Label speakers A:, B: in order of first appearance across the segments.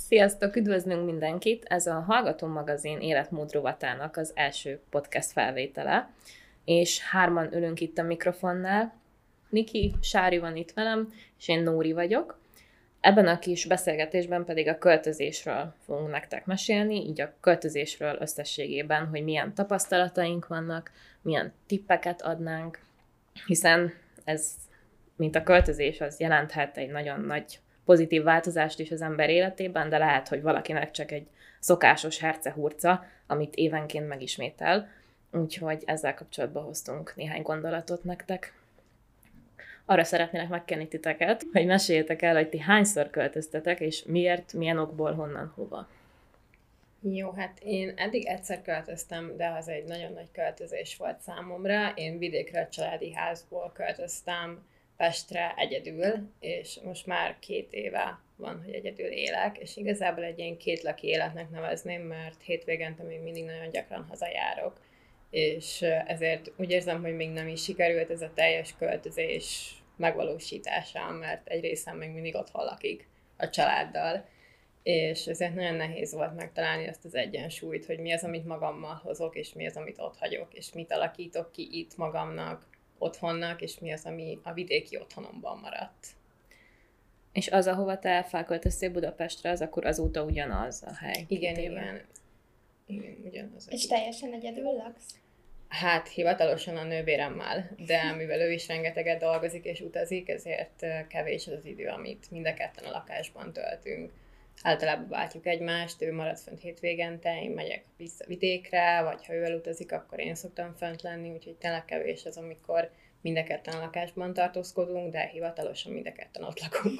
A: Sziasztok, üdvözlünk mindenkit! Ez a Hallgató Magazin életmód rovatának az első podcast felvétele, és hárman ülünk itt a mikrofonnál. Niki, Sári van itt velem, és én Nóri vagyok. Ebben a kis beszélgetésben pedig a költözésről fogunk nektek mesélni, így a költözésről összességében, hogy milyen tapasztalataink vannak, milyen tippeket adnánk, hiszen ez, mint a költözés, az jelenthet egy nagyon nagy pozitív változást is az ember életében, de lehet, hogy valakinek csak egy szokásos hercehurca, amit évenként megismétel. Úgyhogy ezzel kapcsolatban hoztunk néhány gondolatot nektek. Arra szeretnélek megkérni titeket, hogy meséljétek el, hogy ti hányszor költöztetek, és miért, milyen okból, honnan, hova.
B: Jó, hát én eddig egyszer költöztem, de az egy nagyon nagy költözés volt számomra. Én vidékre a családi házból költöztem Pestre egyedül, és most már 2 éve van, hogy egyedül élek, és igazából egy ilyen kétlaki életnek nevezném, mert hétvégente még mindig nagyon gyakran hazajárok, és ezért úgy érzem, hogy még nem is sikerült ez a teljes költözés megvalósítása, mert egy részem még mindig otthon lakik a családdal, és ezért nagyon nehéz volt megtalálni azt az egyensúlyt, hogy mi az, amit magammal hozok, és mi az, amit ott hagyok, és mit alakítok ki itt magamnak, otthonnak, és mi az, ami a vidéki otthonomban maradt.
A: És az, ahova te felköltöztél Budapestre, az akkor azóta ugyanaz a hely?
B: Igen, ugyanaz.
C: És teljesen egyedül laksz?
B: Hát hivatalosan a nővéremmel, de mivel ő is rengeteget dolgozik és utazik, ezért kevés az az idő, amit mind a ketten a lakásban töltünk. Általában váltjuk egymást, ő marad fönt hétvégente, én megyek vissza vidékre, vagy ha ő elutazik, akkor én szoktam fönt lenni, úgyhogy tényleg kevés az, amikor mind a ketten a lakásban tartózkodunk, de hivatalosan mind a ketten ott lakunk.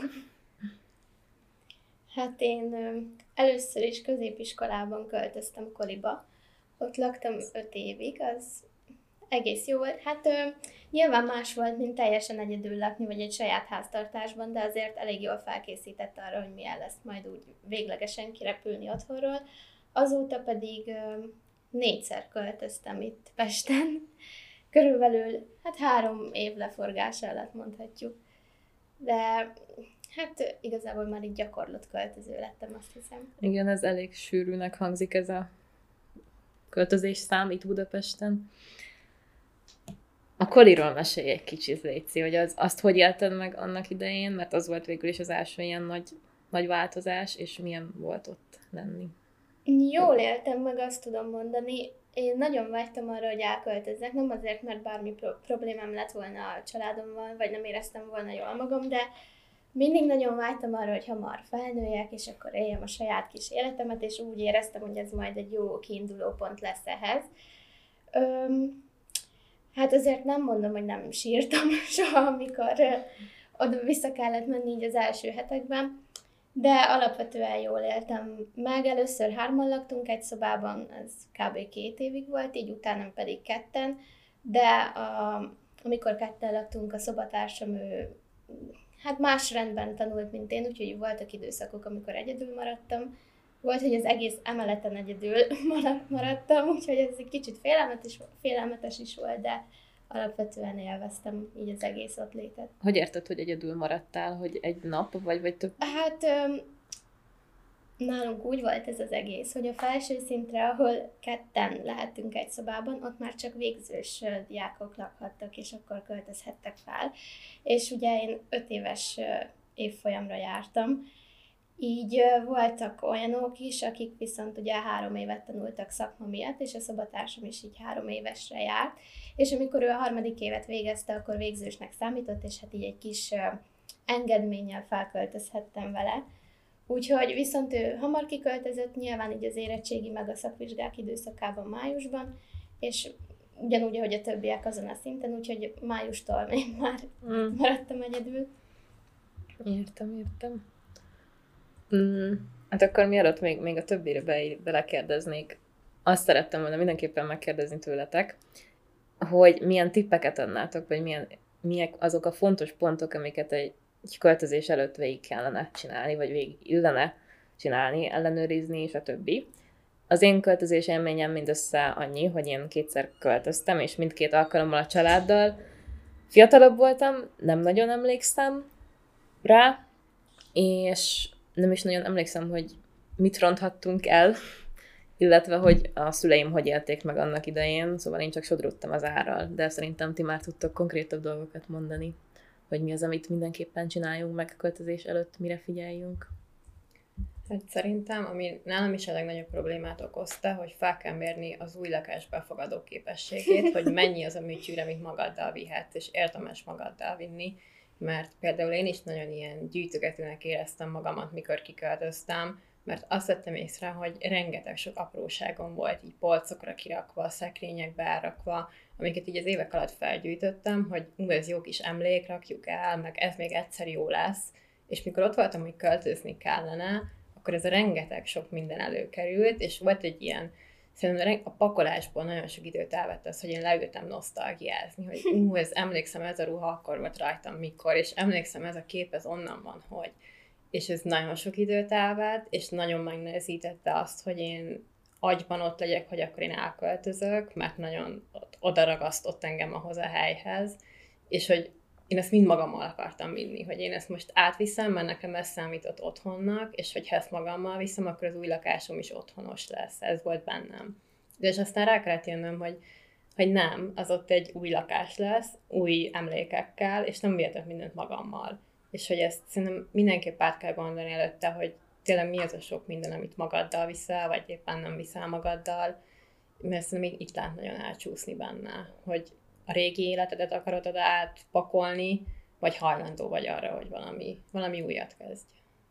C: Hát én először is középiskolában költöztem Koliba. Ott laktam 5 évig, az egész jó volt. Hát nyilván más volt, mint teljesen egyedül lakni, vagy egy saját háztartásban, de azért elég jól felkészített arra, hogy milyen lesz majd úgy véglegesen kirepülni otthonról. Azóta pedig 4-szer költöztem itt Pesten. Körülbelül 3 év leforgása alatt mondhatjuk. De hát igazából már így gyakorlott költöző lettem, azt hiszem.
A: Igen, ez elég sűrűnek hangzik ez a költözés szám itt Budapesten. A Koliról mesélj egy kicsit, Léci, hogy azt hogy élted meg annak idején, mert az volt végül is az első ilyen nagy változás, és milyen volt ott lenni?
C: Jól éltem meg, azt tudom mondani. Én nagyon vágytam arra, hogy elköltözzek, nem azért, mert bármi problémám lett volna a családommal, vagy nem éreztem volna jól magam, de mindig nagyon vágytam arra, hogy hamar felnőjek, és akkor éljem a saját kis életemet, és úgy éreztem, hogy ez majd egy jó kiinduló pont lesz ehhez. Hát azért nem mondom, hogy nem sírtam soha, amikor oda vissza kellett menni így az első hetekben, de alapvetően jól éltem meg. Először 3-an laktunk egy szobában, ez kb. 2 évig volt, így utána pedig 2-en, de amikor 2-en laktunk, a szobatársam, ő hát más rendben tanult, mint én, úgyhogy voltak időszakok, amikor egyedül maradtam. Volt, hogy az egész emeleten egyedül maradtam, úgyhogy ez egy kicsit félelmetes is volt, de alapvetően élveztem így az egész ott létet.
A: Hogy érted, hogy egyedül maradtál, hogy egy nap, vagy több?
C: Hát nálunk úgy volt ez az egész, hogy a felső szintre, ahol 2-en lehettünk egy szobában, ott már csak végzős diákok lakhattak, és akkor költözhettek fel. És ugye én 5 éves évfolyamra jártam, így voltak olyanok is, akik viszont ugye 3 évet tanultak szakma miatt, és a szobatársam is így 3 évesre járt, és amikor ő a 3. évet végezte, akkor végzősnek számított, és hát így egy kis engedménnyel felköltözhettem vele. Úgyhogy viszont ő hamar kiköltözött, nyilván így az érettségi meg a szakvizsgák időszakában májusban, és ugyanúgy, ahogy a többiek azon a szinten, úgyhogy májustól még már maradtam egyedül.
A: Értem. Hát akkor mielőtt még a többire belekérdeznék, azt szerettem volna mindenképpen megkérdezni tőletek, hogy milyen tippeket adnátok, vagy milyen azok a fontos pontok, amiket egy költözés előtt végig kellene csinálni, vagy végig illene csinálni, ellenőrizni, és a többi. Az én költözés élményem mindössze annyi, hogy én 2-szer költöztem, és mindkét alkalommal a családdal. Fiatalabb voltam, nem nagyon emlékszem rá, és nem is nagyon emlékszem, hogy mit ronthattunk el, illetve hogy a szüleim hogy élték meg annak idején, szóval én csak sodródtam az árral, de szerintem ti már tudtok konkrétabb dolgokat mondani, hogy mi az, amit mindenképpen csináljunk meg költözés előtt, mire figyeljünk.
B: Hát szerintem, ami nálam is a legnagyobb problémát okozta, hogy fel kell mérni az új lakás befogadó képességét, hogy mennyi az a műtyűr, amit magaddal vihetsz, és érdemes magaddal vinni, mert például én is nagyon ilyen gyűjtögetőnek éreztem magamat, mikor kiköltöztem, mert azt vettem észre, hogy rengeteg sok apróságom volt így polcokra kirakva, szekrényekbe elrakva, amiket így az évek alatt felgyűjtöttem, hogy ez jó kis emlék, rakjuk el, meg ez még egyszer jó lesz, és mikor ott voltam, hogy költözni kellene, akkor ez a rengeteg sok minden előkerült, és volt egy ilyen, szerintem a pakolásból nagyon sok időt elvett az, hogy én leültem nosztalgiázni, hogy ez emlékszem, ez a ruha akkor volt rajtam mikor, és emlékszem, ez a kép, ez onnan van, hogy. És ez nagyon sok időt elvett, és nagyon megnehezítette azt, hogy én agyban ott legyek, hogy akkor én elköltözök, mert nagyon oda ragasztott engem ahhoz a helyhez, és hogy én ezt mind magammal akartam vinni, hogy én ezt most átviszem, mert nekem ez számított otthonnak, és hogyha ezt magammal viszem, akkor az új lakásom is otthonos lesz. Ez volt bennem. De és aztán rá kellett jönnöm, hogy nem, az ott egy új lakás lesz, új emlékekkel, és nem vihetek mindent magammal. És hogy ezt szerintem mindenképp át kell gondolni előtte, hogy tényleg mi az a sok minden, amit magaddal viszel, vagy éppen nem viszel magaddal, mert szerintem itt lehet nagyon elcsúszni benne, hogy a régi életedet akarod oda átpakolni, vagy hajlandó vagy arra, hogy valami újat kezdj.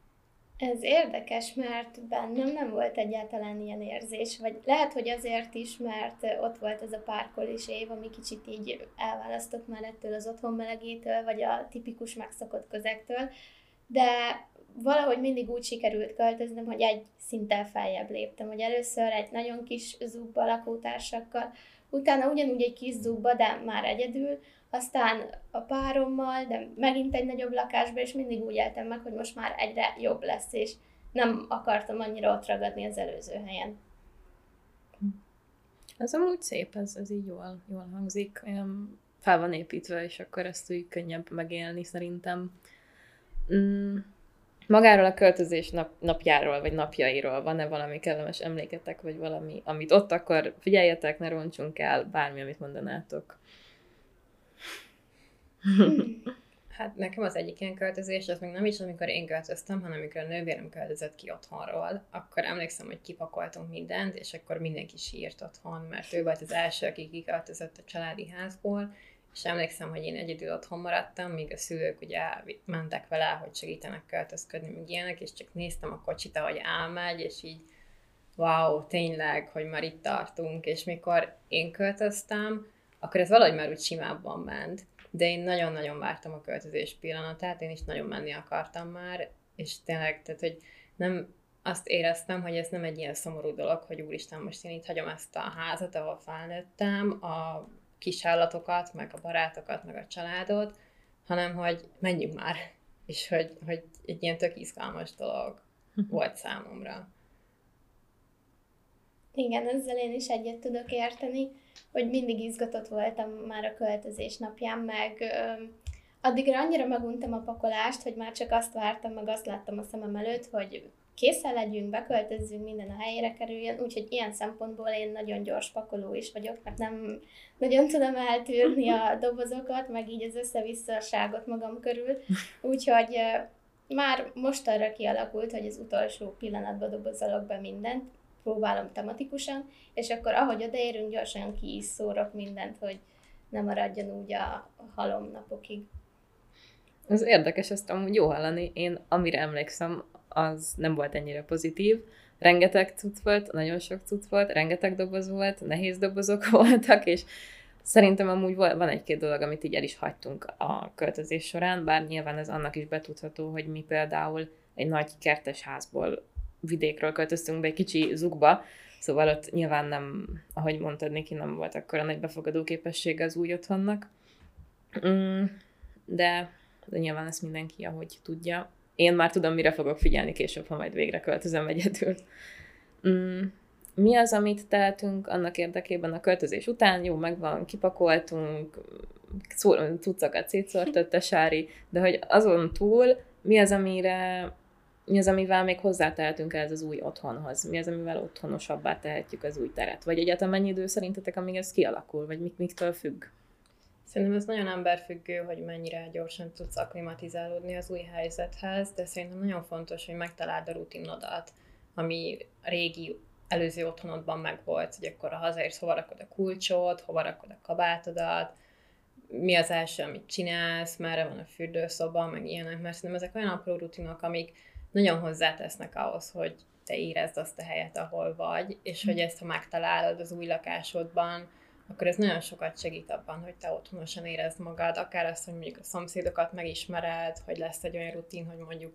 C: Ez érdekes, mert bennem nem volt egyáltalán ilyen érzés, vagy lehet, hogy azért is, mert ott volt ez a párkolis év, ami kicsit így elválasztott már ettől az otthon melegétől, vagy a tipikus megszokott közektől, de valahogy mindig úgy sikerült költöznem, hogy egy szinttel feljebb léptem, hogy először egy nagyon kis zúgba lakótársakkal, utána ugyanúgy egy kis zúgba, de már egyedül, aztán a párommal, de megint egy nagyobb lakásba, és mindig úgy éltem meg, hogy most már egyre jobb lesz, és nem akartam annyira ott ragadni az előző helyen.
A: Ez amúgy szép, ez így jól hangzik, olyan fel van építve, és akkor ezt úgy könnyebb megélni szerintem. Magáról a költözés napjáról, vagy napjairól van-e valami kellemes emléketek, vagy valami, amit ott akkor figyeljetek, ne roncsunk el, bármi, amit mondanátok.
B: Hát nekem az egyik ilyen költözés, az még nem is amikor én költöztem, hanem amikor a nővérem költözött ki otthonról, akkor emlékszem, hogy kipakoltunk mindent, és akkor mindenki sírt otthon, mert ő volt az első, aki kiköltözött a családi házból, és emlékszem, hogy én egyedül otthon maradtam, míg a szülők ugye mentek vele, hogy segítenek költözködni, meg ilyenek, és csak néztem a kocsit, ahogy elmegy, és így wow, tényleg, hogy már itt tartunk, és mikor én költöztem, akkor ez valahogy már úgy simábban ment, de én nagyon-nagyon vártam a költözés pillanatát, én is nagyon menni akartam már, és tényleg, tehát, hogy nem azt éreztem, hogy ez nem egy ilyen szomorú dolog, hogy úristen, most én itt hagyom ezt a házat, ahol felnőttem, a kisállatokat, meg a barátokat, meg a családot, hanem hogy menjünk már, és hogy egy ilyen tök izgalmas dolog volt számomra.
C: Igen, ezzel én is egyet tudok érteni, hogy mindig izgatott voltam már a költözés napján, meg addigra annyira meguntam a pakolást, hogy már csak azt vártam, meg azt láttam a szemem előtt, hogy készen legyünk, beköltözzünk, minden a helyére kerüljön, úgyhogy ilyen szempontból én nagyon gyors pakoló is vagyok, mert nem nagyon tudom eltűrni a dobozokat, meg így az összevisszaságot magam körül, úgyhogy már most arra kialakult, hogy az utolsó pillanatban dobozolok be mindent, próbálom tematikusan, és akkor ahogy odaérünk, gyorsan ki is szórok mindent, hogy ne maradjon úgy a halom napokig.
A: Ez érdekes, ezt amúgy jó hallani. Én amire emlékszem, az nem volt ennyire pozitív. Rengeteg cucc volt, nagyon sok cucc volt, rengeteg doboz volt, nehéz dobozok voltak, és szerintem amúgy van egy-két dolog, amit így el is hagytunk a költözés során, bár nyilván ez annak is betudható, hogy mi például egy nagy kertes házból vidékről költöztünk be egy kicsi zugba, szóval ott nyilván nem, ahogy mondtad, Niki, nem volt akkora nagy befogadó képessége az új otthonnak. De nyilván ezt mindenki, ahogy tudja. Én már tudom, mire fogok figyelni később, ha majd végre költözöm egyedül. Mi az, amit tehetünk annak érdekében a költözés után? Jó, megvan, kipakoltunk, cuccokat szétszórtott a Sári, de hogy azon túl mi az, amire mi az, amivel még hozzátehetünk ez az új otthonhoz? Mi az, amivel otthonosabbá tehetjük az új teret? Vagy egyáltalán mennyi idő szerintetek, amíg ez kialakul? Vagy miktől függ?
B: Szerintem ez nagyon emberfüggő, hogy mennyire gyorsan tudsz akklimatizálódni az új helyzethez, de szerintem nagyon fontos, hogy megtaláld a rutinodat, ami a régi előző otthonodban megvolt, hogy akkor ha hazaérsz, hova rakod a kulcsot, hova rakod a kabátodat, mi az első, amit csinálsz, merre van a fürdőszoba, meg ilyenek, mert szerintem ezek olyan apró rutinok, amik nagyon hozzátesznek ahhoz, hogy te érezd azt a helyet, ahol vagy, és hogy ezt, ha megtalálod az új lakásodban, akkor ez nagyon sokat segít abban, hogy te otthonosan érezd magad, akár azt, hogy mondjuk a szomszédokat megismered, hogy lesz egy olyan rutin, hogy mondjuk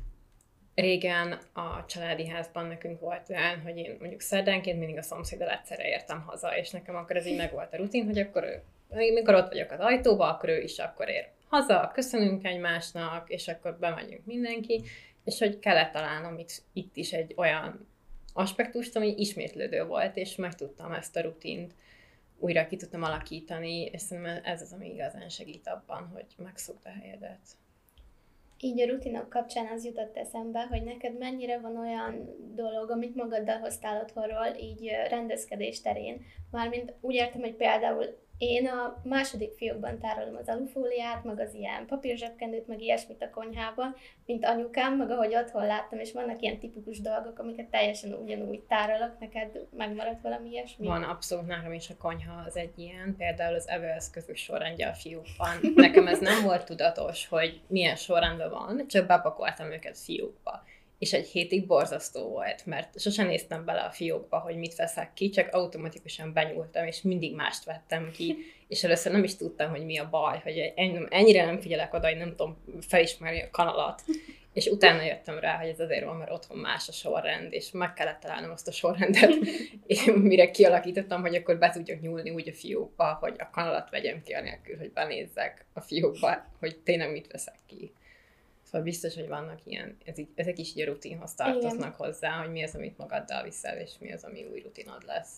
B: régen a családi házban nekünk volt olyan, hogy én mondjuk szerdánként mindig a szomszéddal egyszerre értem haza, és nekem akkor ez így meg volt a rutin, hogy akkor ő, mikor ott vagyok az ajtóba, akkor ő is akkor ér haza, köszönünk egymásnak, és akkor bemegyünk mindenki, és hogy kellett találnom itt is egy olyan aspektust, ami ismétlődő volt, és meg tudtam ezt a rutint újra ki tudtam alakítani, és szerintem ez az, ami igazán segít abban, hogy megszokd a helyedet.
C: Így a rutinok kapcsán az jutott eszembe, hogy neked mennyire van olyan dolog, amit magaddal hoztál otthonról, így rendezkedés terén. Mármint úgy értem, hogy például én a második fiókban tárolom az alufóliát, meg az ilyen papírzsebkendőt, meg ilyesmit a konyhában, mint anyukám, meg ahogy otthon láttam, és vannak ilyen tipikus dolgok, amiket teljesen ugyanúgy tárolok, neked megmaradt valami ilyesmi?
B: Van, abszolút, nekem is a konyha az egy ilyen, például az evőeszközök sorrendje a fiókban. Nekem ez nem volt tudatos, hogy milyen sorrendben van, csak bepakoltam őket fiókba. És egy hétig borzasztó volt, mert sosem néztem bele a fiókba, hogy mit veszek ki, csak automatikusan benyúltam, és mindig mást vettem ki, és először nem is tudtam, hogy mi a baj, hogy ennyire nem figyelek oda, hogy nem tudom felismerni a kanalat. És utána jöttem rá, hogy ez azért van, mert otthon más a sorrend, és meg kellett találnom azt a sorrendet, és mire kialakítottam, hogy akkor be tudjak nyúlni úgy a fiókba, hogy a kanalat vegyem ki anélkül, hogy benézzek a fiókba, hogy tényleg mit veszek ki. Szóval biztos, hogy vannak ilyen, ezek is így a rutinhoz tartoznak hozzá, hogy mi az, amit magaddal viszel, és mi az, ami új rutinod lesz.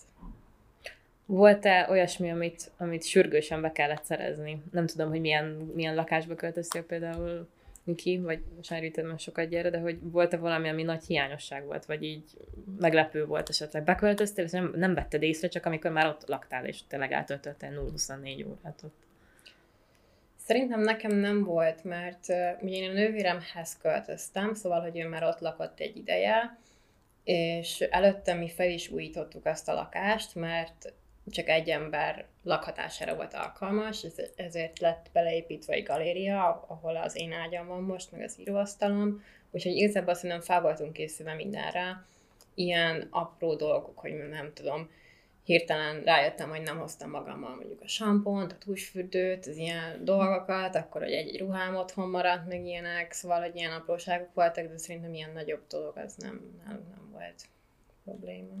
A: Volt-e olyasmi, amit sürgősen be kellett szerezni? Nem tudom, hogy milyen lakásba költöztél például, Niki, vagy sajnálom sokat gyere, de hogy volt-e valami, ami nagy hiányosság volt, vagy így meglepő volt esetleg. Beköltöztél, és nem vetted észre, csak amikor már ott laktál, és tényleg eltöltöttél 0-24 órát ott.
B: Szerintem nekem nem volt, mert ugye én a nővéremhez költöztem, szóval, hogy ő már ott lakott egy ideje, és előtte mi fel is újítottuk azt a lakást, mert csak egy ember lakhatására volt alkalmas, ezért lett beleépítve egy galéria, ahol az én ágyam van most, meg az íróasztalom, úgyhogy igazából szerintem fel voltunk készülve mindenre. Ilyen apró dolgok, hogy nem tudom, hirtelen rájöttem, hogy nem hoztam magammal mondjuk a sampont, a tusfürdőt, az ilyen dolgokat, akkor hogy egy ruhám otthon maradt, meg ilyenek, szóval, hogy ilyen apróságok voltak, de szerintem ilyen nagyobb dolog az nem volt probléma.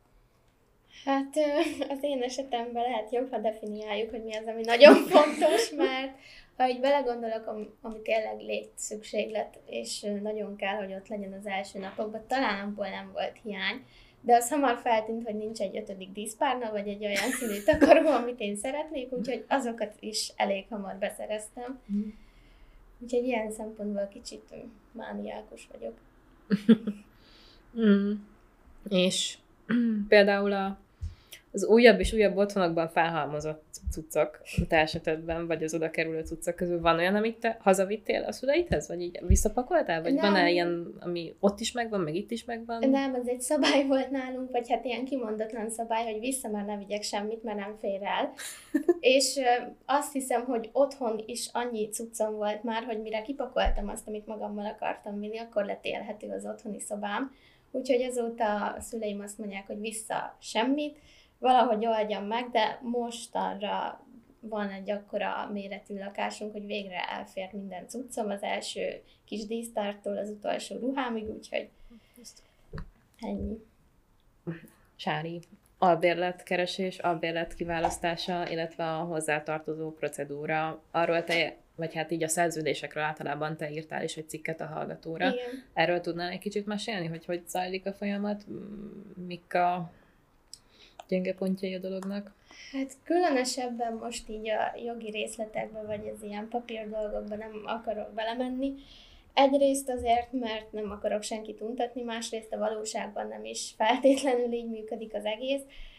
C: Hát az én esetemben lehet jobb, ha definiáljuk, hogy mi az, ami nagyon fontos, mert ha így belegondolok, ami tényleg létszükséglet, és nagyon kell, hogy ott legyen az első napokban, talán abból nem volt hiány, de az hamar feltűnt, hogy nincs egy 5. díszpárna, vagy egy olyan színű takaró, amit én szeretnék, úgyhogy azokat is elég hamar beszereztem. Úgyhogy ilyen szempontból kicsit mániákus vagyok.
A: És például az újabb és újabb otthonokban felhalmozott cuccok, a te esetedben, vagy az oda kerülő cuccok közül van olyan, amit te hazavittél a szüleidhez? Vagy így visszapakoltál? Vagy van-e ilyen, ami ott is megvan, meg itt is megvan?
C: Nem, az egy szabály volt nálunk, vagy hát ilyen kimondatlan szabály, hogy vissza már ne vigyek semmit, mert nem fér el. És azt hiszem, hogy otthon is annyi cuccom volt már, hogy mire kipakoltam azt, amit magammal akartam vinni, akkor lett élhető az otthoni szobám. Úgyhogy azóta a szüleim azt mondják, hogy vissza semmit, valahogy oldjam meg, de mostanra van egy akkora méretű lakásunk, hogy végre elfér minden cuccom, az első kis dísztártól az utolsó ruhámig, úgyhogy ennyi.
A: Sári, albérletkeresés, albérlet kiválasztása, illetve a hozzátartozó procedúra. Arról te, vagy hát így a szerződésekről általában te írtál is egy cikket a Hallgatóra.
C: Igen.
A: Erről tudnál egy kicsit mesélni, hogy zajlik a folyamat, mik a gyenge pontjai a dolognak?
C: Hát különösebben most így a jogi részletekbe, vagy az ilyen papír dolgokba nem akarok belemenni. Egyrészt azért, mert nem akarok senkit untatni, másrészt a valóságban nem is feltétlenül így működik az egész.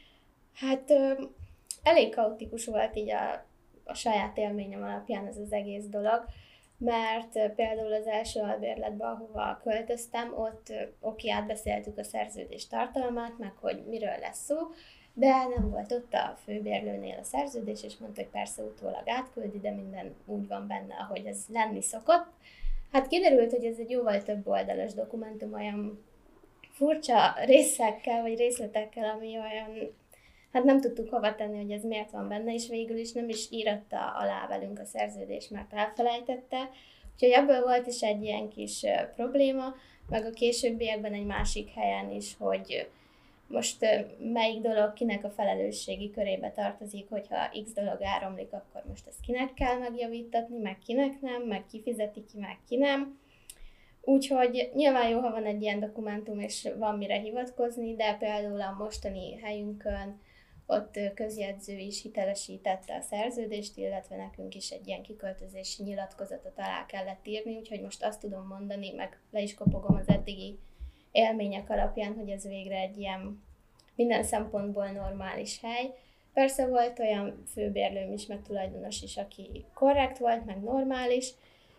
C: Hát elég kaotikus volt így a saját élményem alapján ez az egész dolog, mert például az első albérletben, ahova költöztem, ott átbeszéltük a szerződés tartalmát, meg hogy miről lesz szó, de nem volt ott a főbérlőnél a szerződés, és mondta, hogy persze utólag átküldi, de minden úgy van benne, ahogy ez lenni szokott. Hát kiderült, hogy ez egy jóval több oldalas dokumentum, olyan furcsa részekkel, vagy részletekkel, ami olyan, hát nem tudtuk hova tenni, hogy ez miért van benne, és végül is nem is íratta alá velünk a szerződést, mert elfelejtette. Úgyhogy ebből volt is egy ilyen kis probléma, meg a későbbiekben egy másik helyen is, hogy most melyik dolog kinek a felelősségi körébe tartozik, hogyha X dolog áramlik, akkor most ezt kinek kell megjavítatni, meg kinek nem, meg ki fizeti ki, meg ki nem. Úgyhogy nyilván jó, ha van egy ilyen dokumentum, és van mire hivatkozni, de például a mostani helyünkön ott közjegyző is hitelesítette a szerződést, illetve nekünk is egy ilyen kiköltözési nyilatkozatot alá kellett írni, úgyhogy most azt tudom mondani, meg le is kopogom az eddigi élmények alapján, hogy ez végre egy ilyen minden szempontból normális hely. Persze volt olyan főbérlőm is, meg tulajdonos is, aki korrekt volt, meg normális,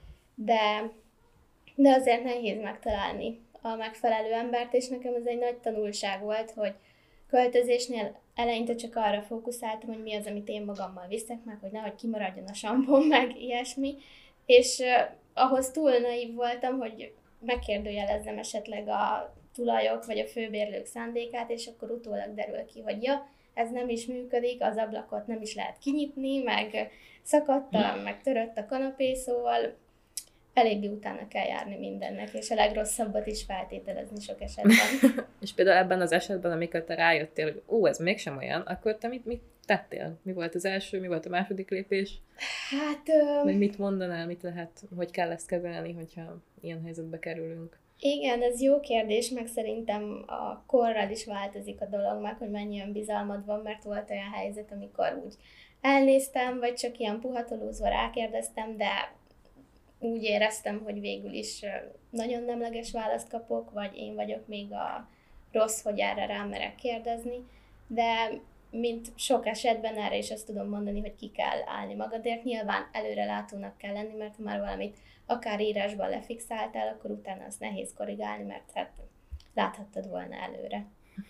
C: de azért nehéz megtalálni a megfelelő embert, és nekem ez egy nagy tanulság volt, hogy költözésnél eleinte csak arra fókuszáltam, hogy mi az, amit én magammal viszek meg, hogy nehogy kimaradjon a sampon, meg ilyesmi, és ahhoz túl naív voltam, hogy megkérdőjelezzem esetleg a tulajok vagy a főbérlők szándékát, és akkor utólag derül ki, hogy ja, ez nem is működik, az ablakot nem is lehet kinyitni, meg szakadt, meg törött a kanapé, szóval eléggé utána kell járni mindennek, és a legrosszabbat is feltételezni sok esetben.
A: És például ebben az esetben, amikor te rájöttél, hogy ez mégsem olyan, akkor te mit tettél? Mi volt az első, mi volt a második lépés?
C: Hát...
A: Vagy mit mondanál, mit lehet, hogy kell ezt kezelni, hogyha ilyen helyzetbe kerülünk?
C: Igen, ez jó kérdés, meg szerintem a korral is változik a dolog, meg hogy mennyi önbizalmad van, mert volt olyan helyzet, amikor úgy elnéztem, vagy csak ilyen puhatolózva rákérdeztem, de úgy éreztem, hogy végül is nagyon nemleges választ kapok, vagy én vagyok még a rossz, hogy erre rám merek kérdezni, de mint sok esetben erre is azt tudom mondani, hogy ki kell állni magadért. Nyilván előrelátónak kell lenni, mert ha már valamit akár írásban lefixáltál, akkor utána azt nehéz korrigálni, mert hát láthattad volna előre.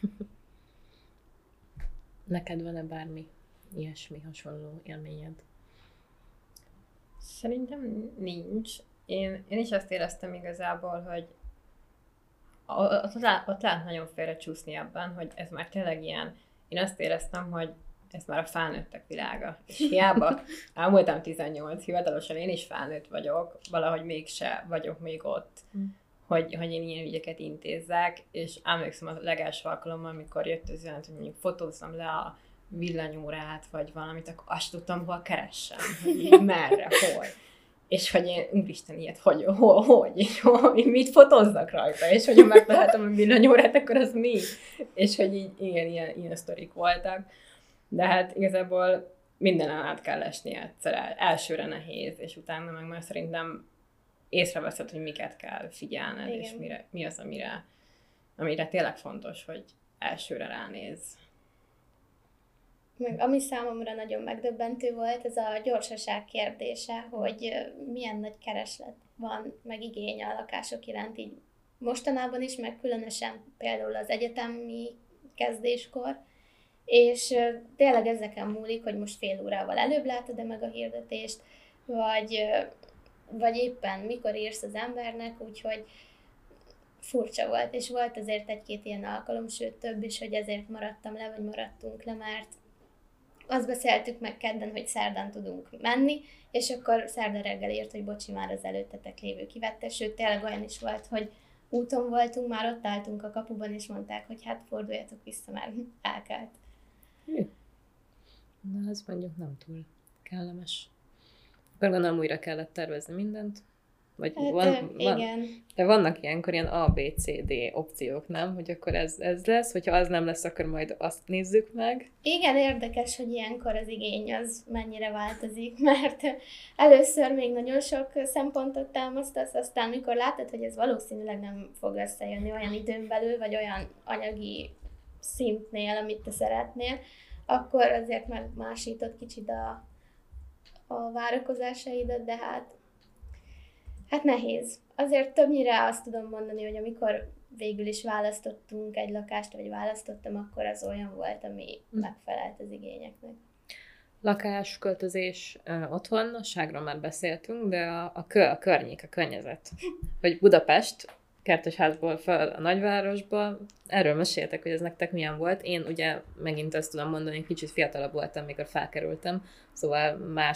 A: Neked van-e bármi ilyesmi hasonló élményed?
B: Szerintem nincs. Én is azt éreztem igazából, hogy ott lehet nagyon félrecsúszni abban, hogy ez már tényleg ilyen. Én azt éreztem, hogy ez már a felnőttek világa. És hiába elmúltam 18, hivatalosan én is felnőtt vagyok, valahogy mégse vagyok még ott, hogy én ilyen ügyeket intézzek, és emlékszem a legelső alkalommal, amikor jött az üzenet, hogy mondjuk fotózzam le a villanyórát, vagy valamit, akkor azt tudtam, hol keressem, hogy merre, hol. És hogy én, úristen, ilyet, hogy mit fotózzak rajta, és hogy megtaláltam a villanyórát, akkor az mi? És hogy így, igen, ilyen sztorik voltak. De hát igazából mindenen át kell esni egyszer, elsőre nehéz, és utána meg már szerintem észreveszed, hogy miket kell figyelned, igen. És mi az, amire tényleg fontos, hogy elsőre ránéz.
C: Meg ami számomra nagyon megdöbbentő volt, ez a gyorsaság kérdése, hogy milyen nagy kereslet van, meg igény a lakások iránt így mostanában is, meg különösen például az egyetemi kezdéskor, és tényleg ezeken múlik, hogy most fél órával előbb látod-e meg a hirdetést, vagy éppen mikor írsz az embernek, úgyhogy furcsa volt, és volt azért egy-két ilyen alkalom, sőt több is, hogy ezért maradtam le, vagy maradtunk le, mert azt beszéltük meg kedden, hogy szerdán tudunk menni, és akkor szerda reggel írt, hogy bocsi, már az előttetek lévő kivette, sőt tényleg olyan is volt, hogy úton voltunk, már ott álltunk a kapuban, és mondták, hogy hát forduljatok vissza, mert elkelt.
A: Na, ez mondjuk nem túl kellemes. Akkor gondolom újra kellett tervezni mindent. Vagy
C: Hát igen.
A: de vannak ilyenkor ilyen A, B, C, D opciók, nem? Hogy akkor ez lesz, hogyha az nem lesz, akkor majd azt nézzük meg.
C: Igen, érdekes, hogy ilyenkor az igény az mennyire változik, mert először még nagyon sok szempontot támasztasz, aztán mikor látod, hogy ez valószínűleg nem fog összejönni olyan időn belül, vagy olyan anyagi szintnél, amit te szeretnél, akkor azért megmásítod kicsit a várakozásaidat, de hát nehéz. Azért többnyire azt tudom mondani, hogy amikor végül is választottunk egy lakást, vagy választottam, akkor az olyan volt, ami megfelelt az igényeknek.
A: Lakás, költözés, otthonnosságról már beszéltünk, de a környék, a környezet. Vagy Budapest, kertesházból fel a nagyvárosba. Erről meséltek, hogy ez nektek milyen volt. Én ugye megint azt tudom mondani, kicsit fiatalabb voltam, mikor felkerültem, szóval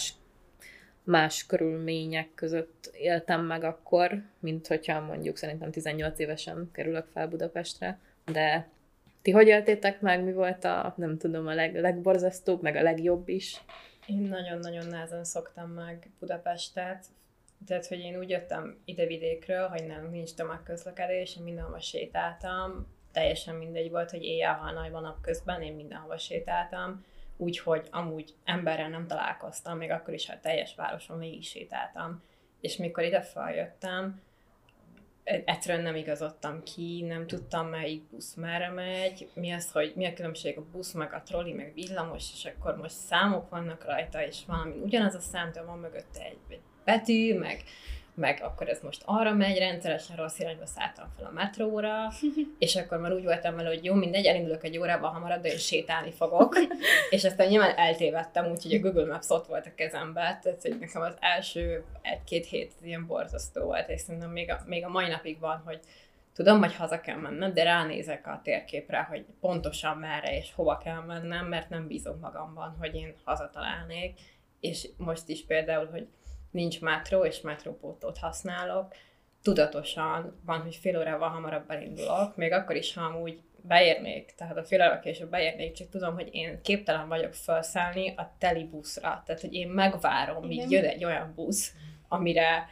A: más körülmények között éltem meg akkor, mint hogyha mondjuk szerintem 18 évesen kerülök fel Budapestre, de ti hogy éltétek meg, mi volt nem tudom, a legborzasztóbb, meg a legjobb is?
B: Én nagyon-nagyon nehezen szoktam meg Budapestet, tehát, hogy én úgy jöttem ide vidékről, hogy nálunk nincs tömegközlekedés, én mindenhova sétáltam, teljesen mindegy volt, hogy éjjel-hajnalban napközben én mindenhova sétáltam, úgyhogy amúgy emberrel nem találkoztam, még akkor is, ha teljes városon végig sétáltam. És mikor ide feljöttem, egyszerűen nem igazodtam ki, nem tudtam, melyik busz merre megy, mi a különbség a busz, meg a trolli, meg villamos, és akkor most számok vannak rajta, és valami ugyanaz a számtól van mögötte egy betű, meg akkor ez most arra megy, rendszeresen rossz irányba szálltam fel a metróra, és akkor már úgy voltam vele, hogy jó, mindegy, elindulok egy órával hamarabb, de én sétálni fogok, és aztán nyilván eltévedtem, úgyhogy a Google Maps ott volt a kezembe, tehát hogy nekem az első 1-2 hét ilyen borzasztó volt, és szerintem még a mai napig van, hogy tudom, hogy haza kell mennem, de ránézek a térképre, hogy pontosan merre és hova kell mennem, mert nem bízom magamban, hogy én hazatalálnék, és most is például, hogy nincs metró, és metrópótlót használok. Tudatosan van, hogy fél órával hamarabb elindulok, még akkor is, ha amúgy beérnék, tehát a fél órával később beérnék, csak tudom, hogy én képtelen vagyok felszállni a teli buszra. Tehát, hogy én megvárom, míg jön egy olyan busz, amire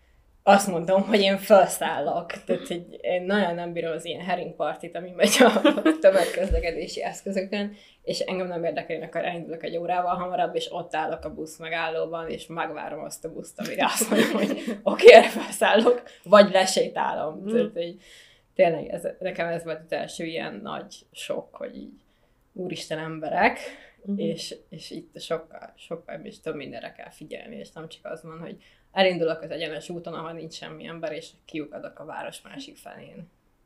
B: azt mondom, hogy én felszállok. Tehát, hogy én nagyon nem bírom az ilyen heringpartit, ami megy a tömegközlekedési eszközökön, és engem nem érdekel, hogy akkor elindulok egy órával hamarabb, és ott állok a busz megállóban, és megvárom azt a buszt, amire azt mondom, hogy oké, erre felszállok, vagy lesétálom. Tehát, hogy tényleg nekem ez volt az első ilyen nagy sok, hogy így úristen emberek, és itt sokkal és több mindenre kell figyelni, és nem csak az van, hogy elindulok az egyenes úton, ahol nincs semmi ember, és kiukadok a város másik felén.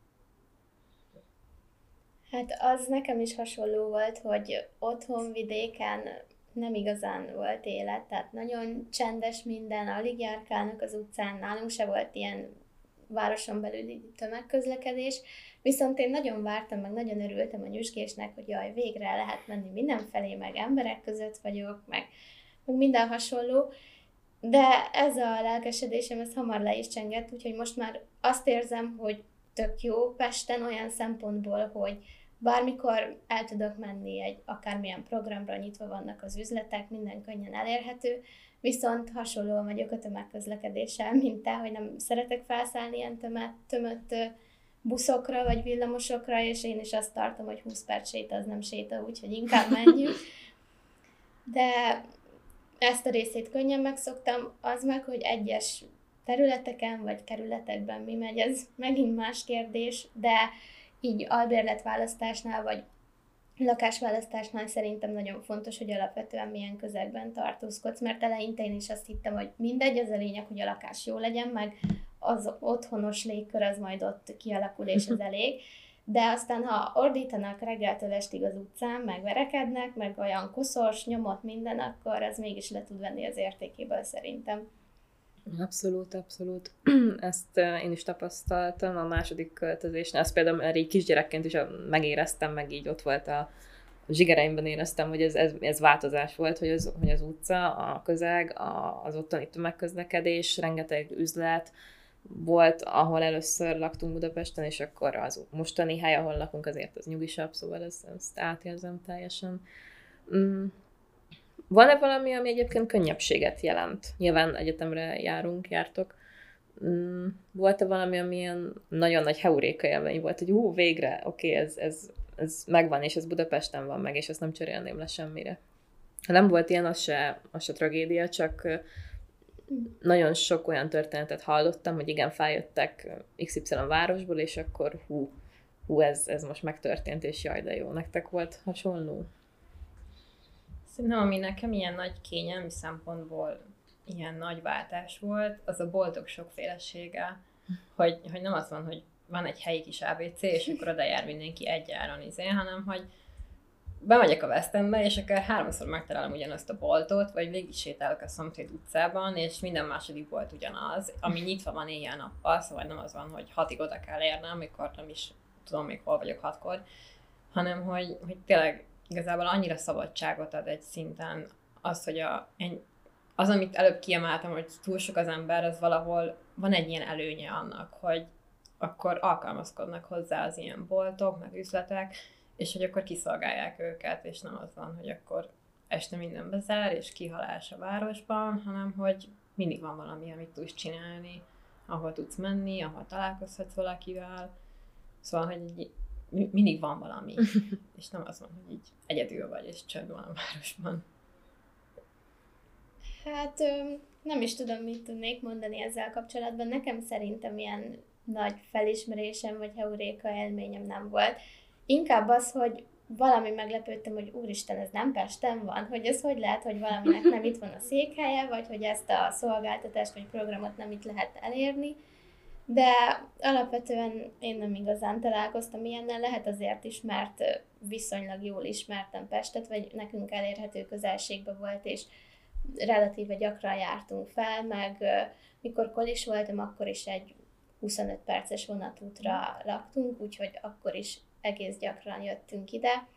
C: Hát az nekem is hasonló volt, hogy otthon vidéken nem igazán volt élet, tehát nagyon csendes minden, alig járkálnak az utcán, nálunk se volt ilyen városon belüli tömegközlekedés, viszont én nagyon vártam, meg nagyon örültem a nyüzsgésnek, hogy jaj, végre lehet menni mindenfelé, meg emberek között vagyok, meg minden hasonló, de ez a lelkesedésem, ez hamar le is csengett, úgyhogy most már azt érzem, hogy tök jó Pesten olyan szempontból, hogy bármikor el tudok menni egy akármilyen programra, nyitva vannak az üzletek, minden könnyen elérhető, viszont hasonlóan vagyok a tömegközlekedéssel, mint te, hogy nem szeretek felszállni ilyen tömött buszokra vagy villamosokra, és én is azt tartom, hogy 20 perc séta az nem séta, úgyhogy inkább menjünk. De ezt a részét könnyen megszoktam, az meg, hogy egyes területeken vagy kerületekben mi megy, ez megint más kérdés, de így albérletválasztásnál vagy lakásválasztásnál szerintem nagyon fontos, hogy alapvetően milyen közegben tartózkodsz, mert eleinte én is azt hittem, hogy mindegy, az a lényeg, hogy a lakás jó legyen, meg az otthonos légkör az majd ott kialakul, és az elég. De aztán, ha ordítanak reggeltől estig az utcán, meg verekednek, meg olyan koszos, nyomott minden, akkor az mégis le tud venni az értékéből szerintem.
A: Abszolút, abszolút. Ezt én is tapasztaltam a második költözésnél. Ezt például elég kisgyerekként is megéreztem, meg így ott volt a zsigereimben éreztem, hogy ez változás volt, hogy az utca, a közeg, az ottani tömegközlekedés, rengeteg üzlet volt, ahol először laktunk Budapesten, és akkor az mostani hely, ahol lakunk, azért az nyugisabb, szóval ezt átérzem teljesen. Van-e valami, ami egyébként könnyebbséget jelent? Nyilván egyetemre jártok. volt-e valami, amilyen nagyon nagy heuréka élmény volt, hogy végre, oké, ez megvan, és ez Budapesten van meg, és ezt nem cserélném le semmire. Ha nem volt ilyen, az se tragédia, csak nagyon sok olyan történetet hallottam, hogy igen, feljöttek XY városból, és akkor ez most megtörtént, és jaj, de jó. Nektek volt hasonló?
B: Szerintem, ami nekem ilyen nagy kényelmi szempontból ilyen nagy váltás volt, az a boltok sokfélesége, hogy nem az van, hogy van egy helyi kis ABC, és akkor oda jár mindenki egy áron hanem hogy bemegyek a West Endbe, és akár 3-szor megtalálom ugyanazt a boltot, vagy végig sétálok a szomszéd utcában, és minden második bolt ugyanaz, ami nyitva van éjjel-nappal, szóval nem az van, hogy 6-ig oda kell érnem, amikor nem is tudom még hol vagyok 6-kor, hanem hogy tényleg igazából annyira szabadságot ad egy szinten az, hogy az, amit előbb kiemeltem, hogy túl sok az ember, az valahol van egy ilyen előnye annak, hogy akkor alkalmazkodnak hozzá az ilyen boltok, meg üzletek, és hogy akkor kiszolgálják őket, és nem az van, hogy akkor este minden bezár, és kihalás a városban, hanem hogy mindig van valami, amit tudsz csinálni, ahol tudsz menni, ahol találkozhatsz valakivel, szóval, hogy mindig van valami, és nem az van, hogy így egyedül vagy, és csönd van a városban.
C: Hát nem is tudom, mit tudnék mondani ezzel kapcsolatban. Nekem szerintem ilyen nagy felismerésem, vagy heuréka élményem nem volt. Inkább az, hogy valami meglepődtem, hogy úristen, ez nem Pesten van, hogy ez hogy lehet, hogy valaminek nem itt van a székhelye, vagy hogy ezt a szolgáltatást vagy programot nem itt lehet elérni. De alapvetően én nem igazán találkoztam ilyennel, lehet azért is, mert viszonylag jól ismertem Pestet, vagy nekünk elérhető közelségben volt, és relatíve gyakran jártunk fel, meg mikor kolis voltam, akkor is egy 25 perces vonatútra laktunk, úgyhogy akkor is egész gyakran jöttünk ide,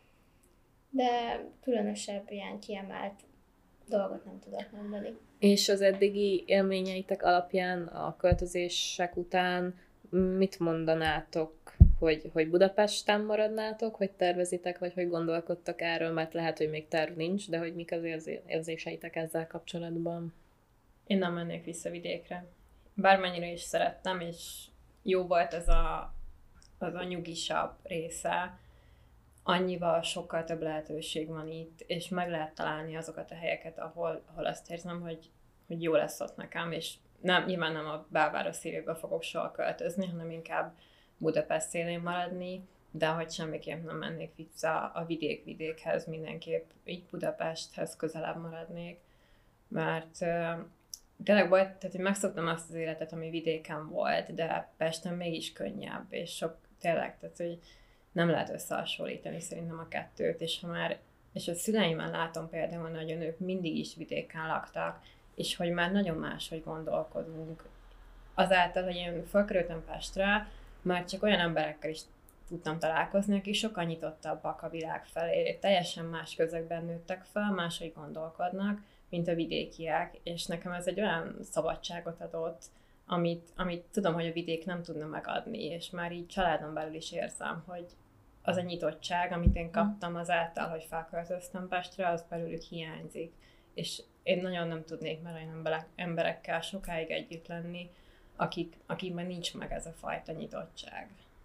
C: de különösebb ilyen kiemelt dolgot nem tudok mondani.
A: És az eddigi élményeitek alapján, a költözések után mit mondanátok, hogy Budapesten maradnátok, hogy tervezitek, vagy hogy gondolkodtak erről, mert lehet, hogy még terv nincs, de hogy mik az érzéseitek ezzel kapcsolatban?
B: Én nem mennék vissza vidékre. Bármennyire is szerettem, és jó volt az a nyugisabb része, annyival sokkal több lehetőség van itt, és meg lehet találni azokat a helyeket, ahol azt érzem, hogy jó lesz ott nekem, és nyilván nem a belváros szívébe fogok soha költözni, hanem inkább Budapest szélén maradni, de hogy semmiképp nem mennék vissza a vidékhez, mindenképp így Budapesthez közelebb maradnék, mert tényleg volt, tehát hogy megszoktam azt az életet, ami vidéken volt, de Pesten mégis könnyebb, és sok tényleg, tehát hogy nem lehet összehasonlítani szerintem a kettőt, és a szüleimen látom például, hogy ők mindig is vidéken laktak, és hogy már nagyon máshogy gondolkodunk. Azáltal, hogy én felkerültem Pestre, már csak olyan emberekkel is tudtam találkozni, akik sokkal nyitottabbak a világ felé, teljesen más közegben nőttek fel, máshogy gondolkodnak, mint a vidékiek, és nekem ez egy olyan szabadságot adott, amit tudom, hogy a vidék nem tudna megadni, és már így családon belül is érzem, hogy az a nyitottság, amit én kaptam azáltal, hogy felköltöztem Pestre, az belőlük hiányzik. És én nagyon nem tudnék már olyan emberekkel sokáig együtt lenni, akikben nincs meg ez a fajta nyitottság.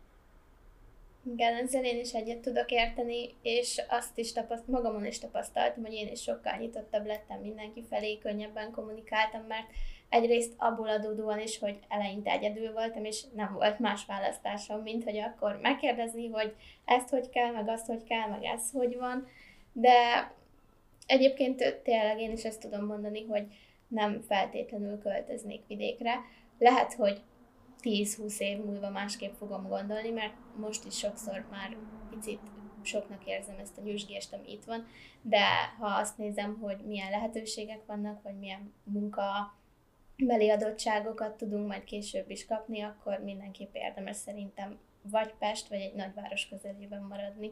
C: Igen, ezzel én is egyet tudok érteni, és azt is magamon is tapasztaltam, hogy én is sokkal nyitottabb lettem mindenki felé, könnyebben kommunikáltam, mert egyrészt abból adódóan is, hogy eleinte egyedül voltam, és nem volt más választásom, mint hogy akkor megkérdezni, hogy ezt hogy kell, meg azt hogy kell, meg ez hogy van, de egyébként tényleg én is ezt tudom mondani, hogy nem feltétlenül költöznék vidékre. Lehet, hogy 10-20 év múlva másképp fogom gondolni, mert most is sokszor már picit soknak érzem ezt a nyüzsgést, ami itt van, de ha azt nézem, hogy milyen lehetőségek vannak, vagy milyen munkabeli adottságokat tudunk majd később is kapni, akkor mindenképp érdemes szerintem vagy Pest, vagy egy nagyváros közelében maradni.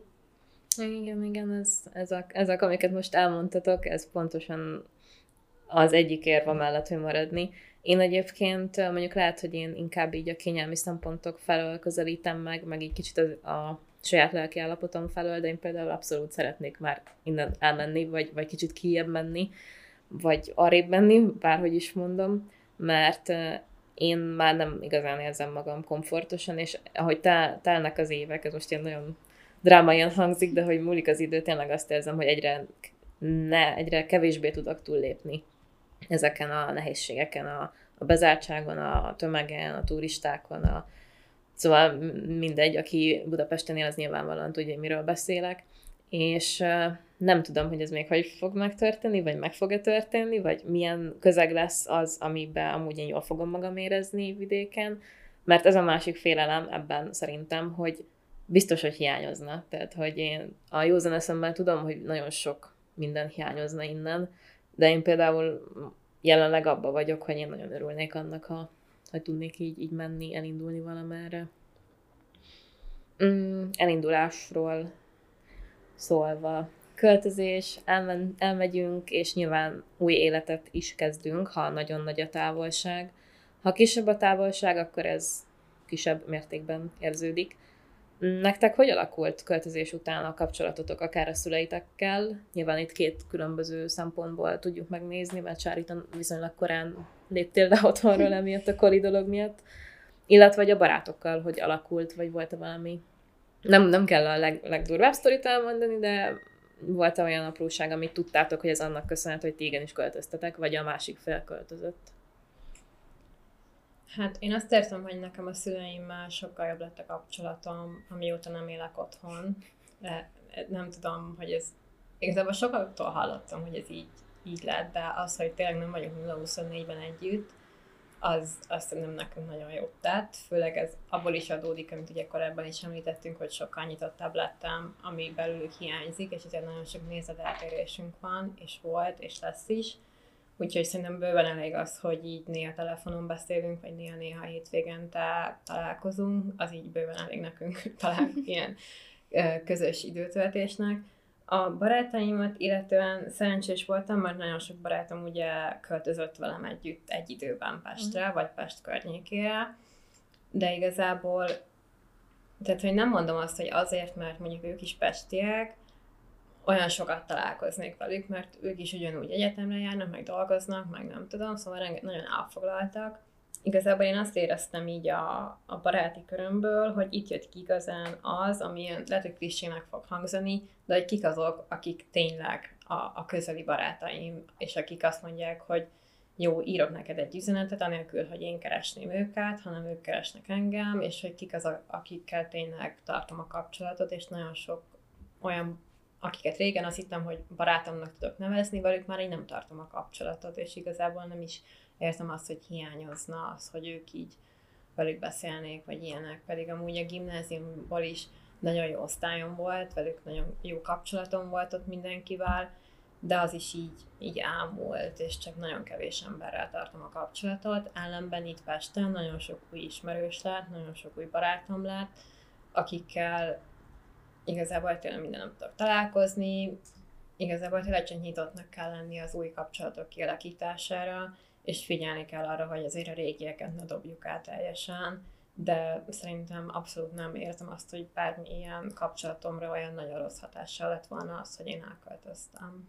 A: Igen, ezek, amiket most elmondtatok, ez pontosan az egyik érv mellett, hogy maradni. Én egyébként mondjuk lehet, hogy én inkább így a kényelmi szempontok felől közelítem meg így kicsit a saját lelki állapotom felől, de én például abszolút szeretnék már innen elmenni, vagy kicsit kijebb menni, vagy arrébb menni, bárhogy is mondom, mert én már nem igazán érzem magam komfortosan, és ahogy telnek az évek, ez most ilyen nagyon drámaian hangzik, de hogy múlik az idő, tényleg azt érzem, hogy egyre kevésbé tudok túllépni ezeken a nehézségeken, a bezártságon, a tömegen, a turistákon, szóval mindegy, aki Budapesten él, az nyilvánvalóan tudja, hogy miről beszélek, és nem tudom, hogy ez még hogy fog megtörténni, vagy meg fog-e történni, vagy milyen közeg lesz az, amiben amúgy én jól fogom magam érezni vidéken, mert ez a másik félelem ebben szerintem, hogy biztos, hogy hiányozna. Tehát, hogy én a józan eszemmel tudom, hogy nagyon sok minden hiányozna innen, de én például jelenleg abba vagyok, hogy én nagyon örülnék annak, ha tudnék így menni, elindulni valamerre. Elindulásról szólva. Költözés, elmegyünk, és nyilván új életet is kezdünk, ha nagyon nagy a távolság. Ha kisebb a távolság, akkor ez kisebb mértékben érződik. Nektek hogy alakult költözés után a kapcsolatotok, akár a szüleitekkel? Nyilván itt két különböző szempontból tudjuk megnézni, mert Csáriton viszonylag korán léptél le otthonról emiatt a koli dolog miatt. Illetve vagy a barátokkal, hogy alakult, vagy volt-e valami... Nem kell a legdurvább sztorit elmondani, de volt olyan apróság, amit tudtátok, hogy ez annak köszönhető, hogy ti igenis költöztetek, vagy a másik fél költözött?
B: Hát én azt értem, hogy nekem a szüleimmel sokkal jobb lett a kapcsolatom, amióta nem élek otthon. De nem tudom, hogy ez... Igazából sokaktól hallottam, hogy ez így lett, de az, hogy tényleg nem vagyunk 0-24-ben együtt, az azt szerintem nekünk nagyon jót tett. Főleg ez abból is adódik, amit ugye korábban is említettünk, hogy sokkal nyitottabb lettem, ami belőlük hiányzik, és ezért nagyon sok nézeteltérésünk van, és volt, és lesz is. Úgyhogy szerintem bőven elég az, hogy így néha telefonon beszélünk, vagy néha hétvégente találkozunk, az így bőven elég nekünk talán ilyen közös időtöltésnek. A barátaimat illetően szerencsés voltam, mert nagyon sok barátom ugye költözött velem együtt egy időben Pestre, vagy Pest környékére, de igazából, tehát hogy nem mondom azt, hogy azért, mert mondjuk ők is pestiek, olyan sokat találkoznék velük, mert ők is ugyanúgy egyetemre járnak, meg dolgoznak, meg nem tudom, szóval nagyon elfoglaltak. Igazából én azt éreztem így a baráti körömből, hogy itt jött ki igazán az, ami lehet, hogy klicsének fog hangzani, de hogy kik azok, akik tényleg a közeli barátaim, és akik azt mondják, hogy jó, írok neked egy üzenetet, anélkül, hogy én keresném őket, hanem ők keresnek engem, és hogy kik azok, akikkel tényleg tartom a kapcsolatot, és nagyon sok olyan, akiket régen azt hittem, hogy barátomnak tudok nevezni, velük már így nem tartom a kapcsolatot, és igazából nem is értem azt, hogy hiányozna az, hogy ők így velük beszélnék, vagy ilyenek. Pedig amúgy a gimnáziumból is nagyon jó osztályom volt, velük nagyon jó kapcsolatom volt ott mindenkivel, de az is így ámult, és csak nagyon kevés emberrel tartom a kapcsolatot. Ellenben itt Pesten nagyon sok új ismerős lett, nagyon sok új barátom lett, akikkel igazából tényleg minden nem tudok találkozni, igazából tényleg csak nyitottnak kell lenni az új kapcsolatok kialakítására, és figyelni kell arra, hogy azért a régieket ne dobjuk át teljesen, de szerintem abszolút nem értem azt, hogy bármilyen kapcsolatomra olyan nagyon rossz hatással lett volna az, hogy én elköltöztem.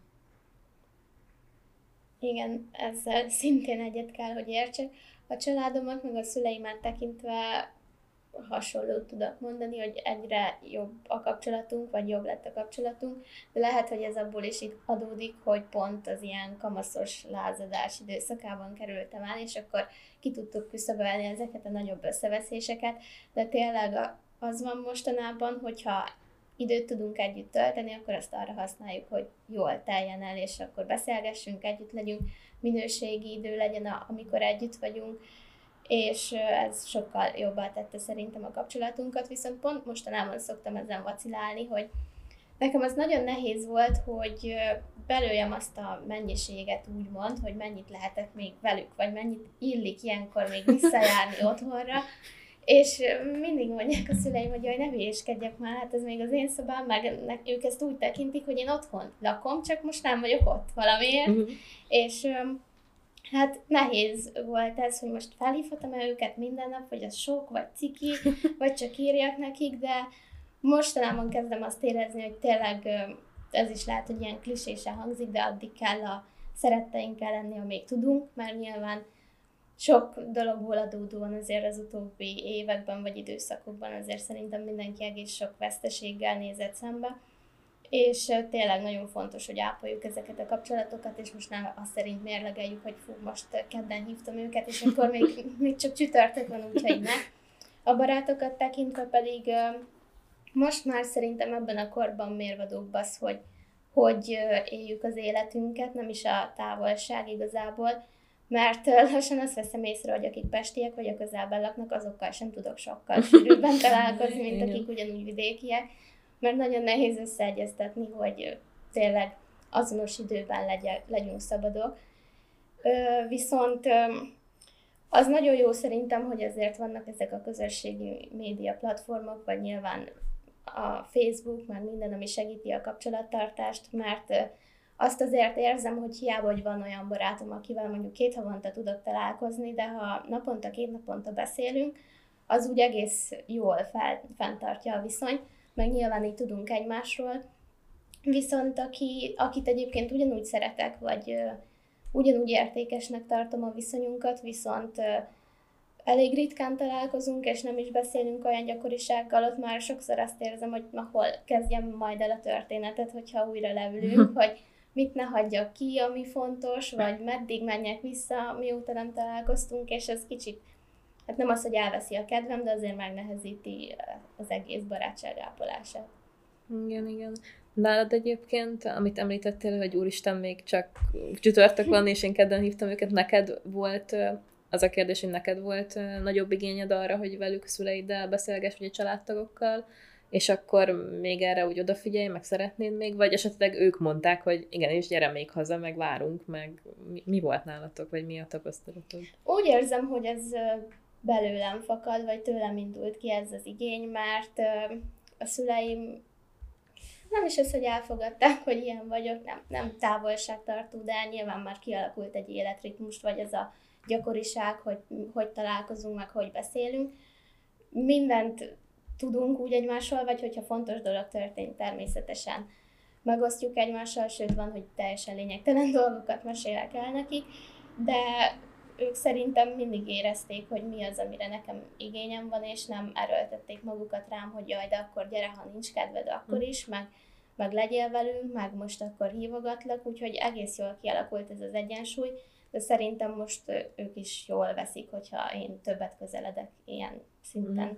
C: Igen, ezzel szintén egyet kell, hogy értsek. A családomat, meg a szüleimet tekintve hasonlót tudok mondani, hogy egyre jobb a kapcsolatunk, vagy jobb lett a kapcsolatunk, de lehet, hogy ez abból is itt adódik, hogy pont az ilyen kamaszos lázadás időszakában kerültem el, és akkor ki tudtuk küszöbölni ezeket a nagyobb összeveszéseket, de tényleg az van mostanában, hogyha időt tudunk együtt tölteni, akkor azt arra használjuk, hogy jól teljen el, és akkor beszélgessünk, együtt legyünk, minőségi idő legyen, amikor együtt vagyunk, és ez sokkal jobbá tette szerintem a kapcsolatunkat, viszont pont mostanában szoktam ezen vacilálni, hogy nekem az nagyon nehéz volt, hogy belőjem azt a mennyiséget úgymond, hogy mennyit lehetek még velük, vagy mennyit illik ilyenkor még visszajárni otthonra, és mindig mondják a szüleim, hogy jaj, ne hülyéskedjek már, hát ez még az én szobám, meg ők ezt úgy tekintik, hogy én otthon lakom, csak most nem vagyok ott valamiért, és hát nehéz volt ez, hogy most felhívhatom-e őket minden nap, vagy az sok, vagy ciki, vagy csak írjak nekik, de mostanában kezdem azt érezni, hogy tényleg ez is lehet, hogy ilyen klisésen hangzik, de addig kell a szeretteinkkel lenni, amíg tudunk, mert nyilván sok dologból adódóan azért az utóbbi években vagy időszakokban azért szerintem mindenki egész sok veszteséggel nézett szembe, és tényleg nagyon fontos, hogy ápoljuk ezeket a kapcsolatokat, és most nem azt szerint mérlegeljük, hogy fú, most kedden hívtam őket, és akkor még csak csütörtök van, úgyhogy ne. A barátokat tekintve pedig most már szerintem ebben a korban mérvadóbb az, hogy éljük az életünket, nem is a távolság igazából, mert lassan azt veszem észre, hogy akik pestiek vagy a közelben laknak, azokkal sem tudok sokkal sűrűbben találkozni, mint akik ugyanúgy vidékiek, mert nagyon nehéz összeegyeztetni, hogy tényleg azonos időben legyünk szabadok. Viszont az nagyon jó szerintem, hogy azért vannak ezek a közösségi média platformok, vagy nyilván a Facebook, meg minden, ami segíti a kapcsolattartást, mert azt azért érzem, hogy hiába, hogy van olyan barátom, akivel mondjuk 2 havonta tudok találkozni, de ha naponta, 2 naponta beszélünk, az úgy egész jól fenntartja a viszonyt, meg nyilván így tudunk egymásról. Viszont akit egyébként ugyanúgy szeretek, vagy ugyanúgy értékesnek tartom a viszonyunkat, viszont elég ritkán találkozunk, és nem is beszélünk olyan gyakorisággal, ott már sokszor azt érzem, hogy hol kezdjem majd el a történetet, hogyha újra leülünk, hogy mit ne hagyjak ki, ami fontos, vagy meddig menjek vissza, mióta nem találkoztunk, és ez kicsit, hát nem az, hogy elveszi a kedvem, de azért megnehezíti az egész barátság ápolását.
A: Igen. Nálad egyébként, amit említettél, hogy úristen, még csak csütörtök van, és én kedden hívtam őket, neked volt, az a kérdés, hogy neked volt nagyobb igényed arra, hogy velük, szüleiddel beszélgess, vagy a családtagokkal, és akkor még erre úgy odafigyelj, meg szeretnéd még, vagy esetleg ők mondták, hogy igenis, gyere még haza, meg várunk, meg mi volt nálatok, vagy mi a tapasztalatod?
C: Úgy érzem, hogy ez belőlem fakad, vagy tőlem indult ki ez az igény, mert a szüleim nem is az, hogy elfogadták, hogy ilyen vagyok, nem távolságtartó, de nyilván már kialakult egy életritmus, vagy ez a gyakoriság, hogy találkozunk, meg hogy beszélünk. Mindent tudunk úgy egymással, vagy hogyha fontos dolog történt, természetesen megosztjuk egymással, sőt van, hogy teljesen lényegtelen dolgokat mesélek el nekik, de ők szerintem mindig érezték, hogy mi az, amire nekem igényem van, és nem erőltették magukat rám, hogy jaj, de akkor gyere, ha nincs kedved, akkor is, meg legyél velünk, meg most akkor hívogatlak, úgyhogy egész jól kialakult ez az egyensúly, de szerintem most ők is jól veszik, hogyha én többet közeledek ilyen szinten.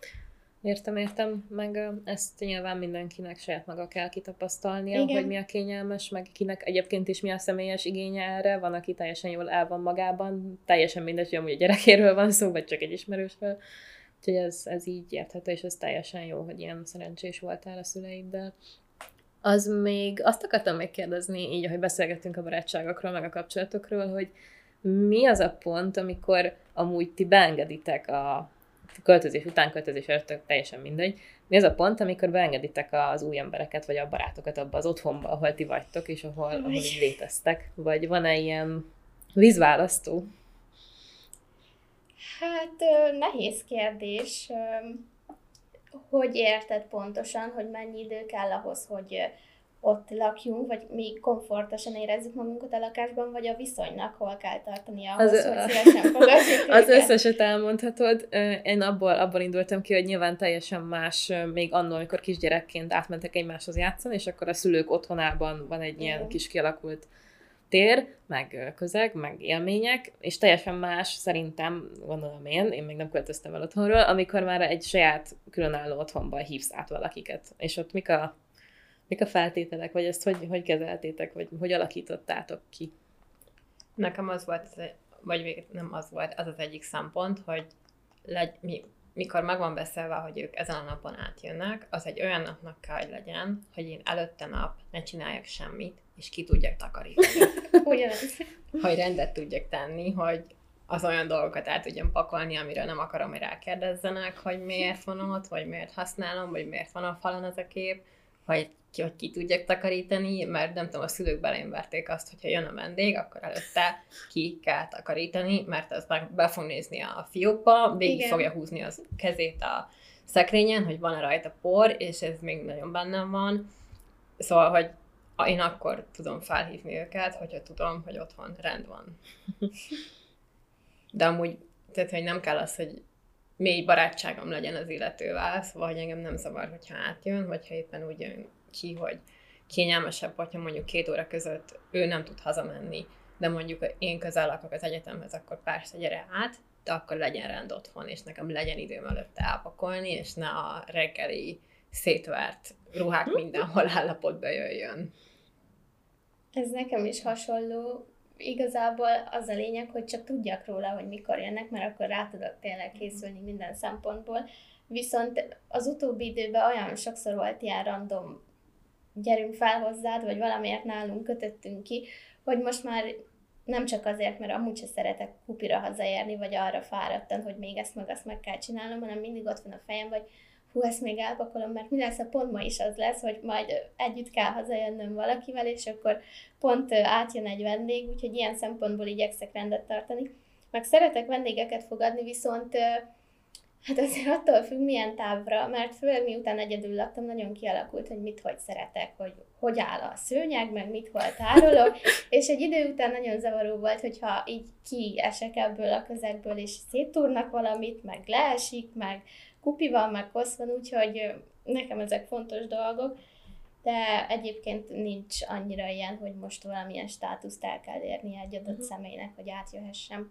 A: Értem, meg ezt nyilván mindenkinek saját maga kell kitapasztalnia, igen, hogy mi a kényelmes, meg kinek egyébként is mi a személyes igénye erre, van, aki teljesen jól el van magában, teljesen mindegy, hogy amúgy a gyerekéről van szó, vagy csak egy ismerősről, úgyhogy ez így érthető, és ez teljesen jó, hogy ilyen szerencsés voltál a szüleiddel. Az még, azt akartam megkérdezni, így, ahogy beszélgettünk a barátságokról, meg a kapcsolatokról, hogy mi az a pont, amikor amúgy ti beengeditek a költözés után, költözés előtt, teljesen mindegy. Mi az a pont, amikor beengeditek az új embereket, vagy a barátokat abba az otthonba, ahol ti vagytok, és ahol így léteztek? Vagy van-e ilyen vízválasztó?
C: Hát nehéz kérdés. Hogy érted pontosan, hogy mennyi idő kell ahhoz, hogy ott lakjunk, vagy mi komfortosan érezzük magunkat a lakásban, vagy a viszonynak hol kell tartani ahhoz, hogy szívesen fogadjuk
A: Az összeset elmondhatod. Én abból indultam ki, hogy nyilván teljesen más, még annól, amikor kisgyerekként átmentek egymáshoz játszani, és akkor a szülők otthonában van egy ilyen kis kialakult tér, meg közeg, meg élmények, és teljesen más szerintem, gondolom én még nem költöztem el otthonról, amikor már egy saját különálló otthonban hívsz át valakiket. És ott mik a feltételek, vagy ezt hogy kezeltétek, vagy hogy alakítottátok ki?
B: Nekem az volt, vagy nem az volt, az az egyik szempont, hogy mikor meg van beszélve, hogy ők ezen a napon átjönnek, az egy olyan napnak kell, hogy legyen, hogy én előtte nap ne csináljak semmit, és ki tudjak takarítani.
C: Ugyanez.
B: Hogy rendet tudjak tenni, hogy az olyan dolgokat el tudjam pakolni, amiről nem akarom, hogy rákérdezzenek, hogy miért van ott, vagy miért használom, vagy miért van a falon az a kép, hogy ki tudjak takarítani, mert nem tudom, a szülők belénverték azt, hogyha jön a vendég, akkor előtte ki kell takarítani, mert az meg be fog nézni a fiókba, végig fogja húzni az kezét a szekrényen, hogy van-e rajta por, és ez még nagyon bennem van. Szóval, hogy én akkor tudom felhívni őket, hogyha tudom, hogy otthon rend van. de amúgy, tehát, hogy nem kell az, hogy mély barátságom legyen az illetővel, szóval, hogy engem nem zavar, hogyha átjön, vagy ha éppen úgy jön ki, hogy kényelmesebb, hogyha mondjuk 2 óra között ő nem tud hazamenni, de mondjuk én közel lakok az egyetemhez, akkor persze gyere át, de akkor legyen rend otthon, és nekem legyen időm előtte elpakolni, és ne a reggeli szétvert ruhák mindenhol állapotba jöjjön.
C: Ez nekem is hasonló. Igazából az a lényeg, hogy csak tudjak róla, hogy mikor jönnek, mert akkor rá tudok tényleg készülni minden szempontból. Viszont az utóbbi időben olyan sokszor volt ilyen random gyerünk fel hozzád, vagy valamiért nálunk kötöttünk ki, hogy most már nem csak azért, mert amúgy se szeretek kupira hazaérni, vagy arra fáradtan, hogy még ezt meg azt meg kell csinálnom, hanem mindig ott van a fejem, vagy hú, ezt még elpakolom, mert mi lesz, a pont ma is az lesz, hogy majd együtt kell hazajönnöm valakivel, és akkor pont átjön egy vendég, úgyhogy ilyen szempontból igyekszek rendet tartani. Meg szeretek vendégeket fogadni, viszont hát azért attól függ, milyen távra, mert főleg miután egyedül laktam, nagyon kialakult, hogy mit hogy szeretek, hogy áll a szőnyeg, meg mit hol tárolok, és egy idő után nagyon zavaró volt, hogyha így kiesek ebből a közegből, és széttúrnak valamit, meg leesik, meg kupi van, meg kosz van, úgyhogy nekem ezek fontos dolgok, de egyébként nincs annyira ilyen, hogy most valamilyen státuszt el kell érni egy adott személynek, hogy átjöhessem.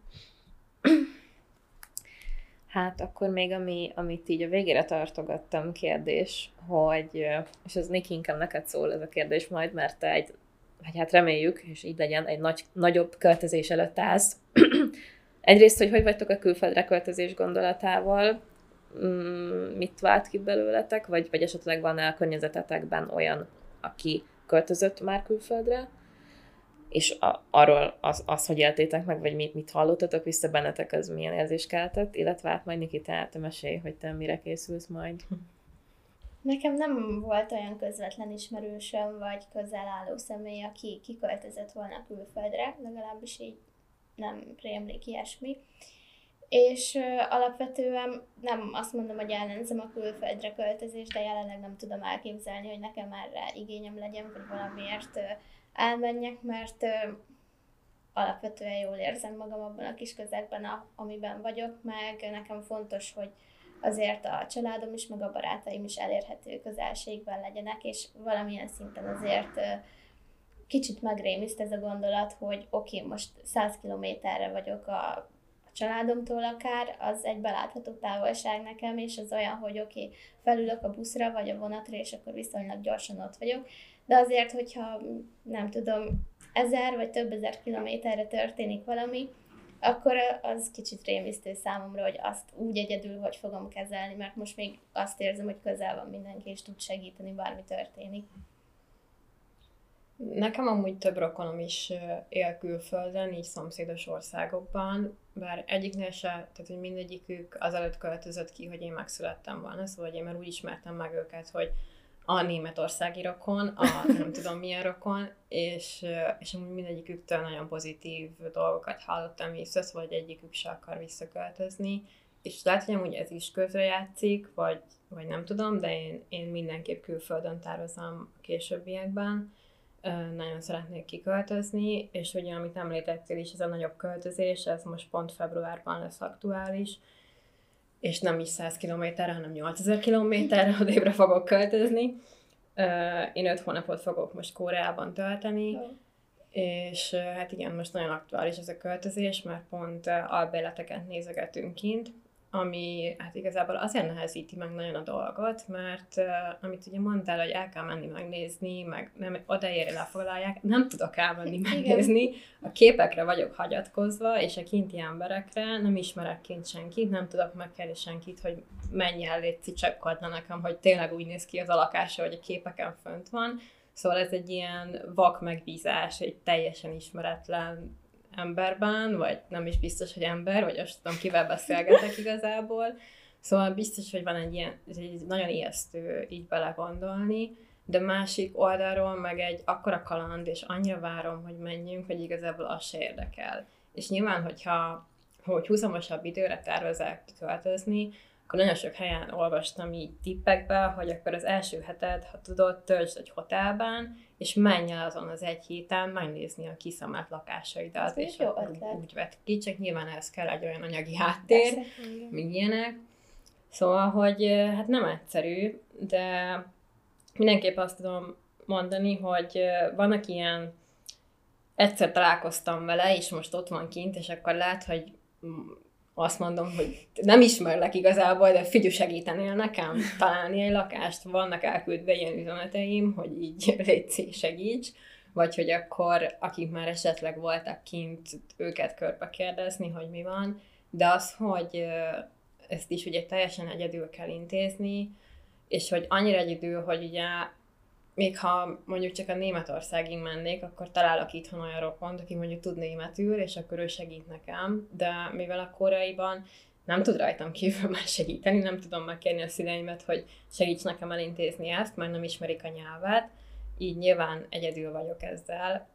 A: Hát akkor még amit így a végére tartogattam kérdés, hogy, és ez Niki inkább neked szól ez a kérdés majd, mert te vagy hát reméljük, és így legyen, egy nagyobb költözés előtt állsz. Egyrészt, hogy vagytok a külföldre költözés gondolatával, mit vált ki belőletek, vagy esetleg van-e a környezetetekben olyan, aki költözött már külföldre, és arról az, hogy éltétek meg, vagy mit hallottatok vissza bennetek, az milyen érzés keltett, illetve hát majd Niki, te mesélj, hogy te mire készülsz majd.
C: Nekem nem volt olyan közvetlen ismerősöm, vagy közel álló személy, aki kiköltözött volna külföldre, legalábbis így nem rémlik ilyesmi. És alapvetően nem azt mondom, hogy ellenzem a külföldre költözést, de jelenleg nem tudom elképzelni, hogy nekem erre igényem legyen, vagy valamiért elmenjek, mert alapvetően jól érzem magam abban a kis közegben, amiben vagyok, meg nekem fontos, hogy azért a családom is, meg a barátaim is elérhető közelségben legyenek, és valamilyen szinten azért kicsit megrémiszt ez a gondolat, hogy oké, most 100 kilométerre vagyok a családomtól akár, az egy belátható távolság nekem, és az olyan, hogy oké, felülök a buszra vagy a vonatra, és akkor viszonylag gyorsan ott vagyok, de azért, hogyha nem tudom, 1000 vagy több ezer kilométerre történik valami, akkor az kicsit rémisztő számomra, hogy azt úgy egyedül hogy fogom kezelni, mert most még azt érzem, hogy közel van mindenki, és tud segíteni, bármi történik.
B: Nekem amúgy több rokonom is él külföldön, így szomszédos országokban, bár egyiknél se, tehát hogy mindegyikük azelőtt költözött ki, hogy én megszülettem volna, szóval én már úgy ismertem meg őket, hogy a németországi rokon, a nem tudom milyen rokon, és amúgy mindegyiküktől nagyon pozitív dolgokat hallottam vissza, szóval hogy egyikük se akar visszaköltözni, és lehet, hogy amúgy ez is közrejátszik, vagy nem tudom, de én mindenképp külföldön tározom a későbbiekben, nagyon szeretnék kiköltözni, és ugye, amit említettél is, ez a nagyobb költözés, ez most pont februárban lesz aktuális, és nem is 100 kilométerre, hanem 8000 kilométerre odébre fogok költözni. Én 5 hónapot fogok most Koreában tölteni, és hát igen, most nagyon aktuális ez a költözés, mert pont albérleteket nézegetünk kint, ami hát igazából azért nehezíti meg nagyon a dolgot, mert amit ugye mondtál, hogy el kell menni megnézni, meg nem odaérni lefoglalják, nem tudok elmenni megnézni, a képekre vagyok hagyatkozva, és a kinti emberekre nem ismerek kint senkit, nem tudok megkérni senkit, hogy menj el, légy csekkodna nekem, hogy tényleg úgy néz ki az a lakása, hogy a képeken fönt van. Szóval ez egy ilyen vak megbízás, egy teljesen ismeretlen emberben, vagy nem is biztos, hogy ember, vagy azt tudom, kivel beszélgetek igazából. Szóval biztos, hogy van egy ilyen, ez egy nagyon ijesztő így belegondolni, de másik oldalról meg egy akkora kaland, és annyira várom, hogy menjünk, hogy igazából az se érdekel. És nyilván, hogy húzamosabb időre tervezek költözni, akkor nagyon sok helyen olvastam így tippekbe, hogy akkor az első heted, ha tudod, töltsd egy hotelben, és menj el azon az egy héten megnézni a kiszemelt lakásaidat, és akkor úgy vett ki, csak nyilván ehhez kell egy olyan anyagi háttér, mint ilyenek. Szóval, hogy hát nem egyszerű, de mindenképp azt tudom mondani, hogy vannak ilyen, egyszer találkoztam vele, és most ott van kint, és akkor lát, hogy azt mondom, hogy nem ismerlek igazából, de figyelj, segítenél nekem találni egy lakást, vannak elküldve ilyen üzeneteim, hogy így légy segíts, vagy hogy akkor, akik már esetleg voltak kint, őket körbe kérdezni, hogy mi van, de az, hogy ezt is ugye teljesen egyedül kell intézni, és hogy annyira egyedül, hogy ugye még ha mondjuk csak a Németországig mennék, akkor találok itthon olyan rokont, aki mondjuk tud németül, és akkor ő segít nekem, de mivel a koreaiban nem tud rajtam kívül már segíteni, nem tudom megkérni a szüleimet, hogy segíts nekem elintézni ezt, mert nem ismerik a nyelvet, így nyilván egyedül vagyok ezzel,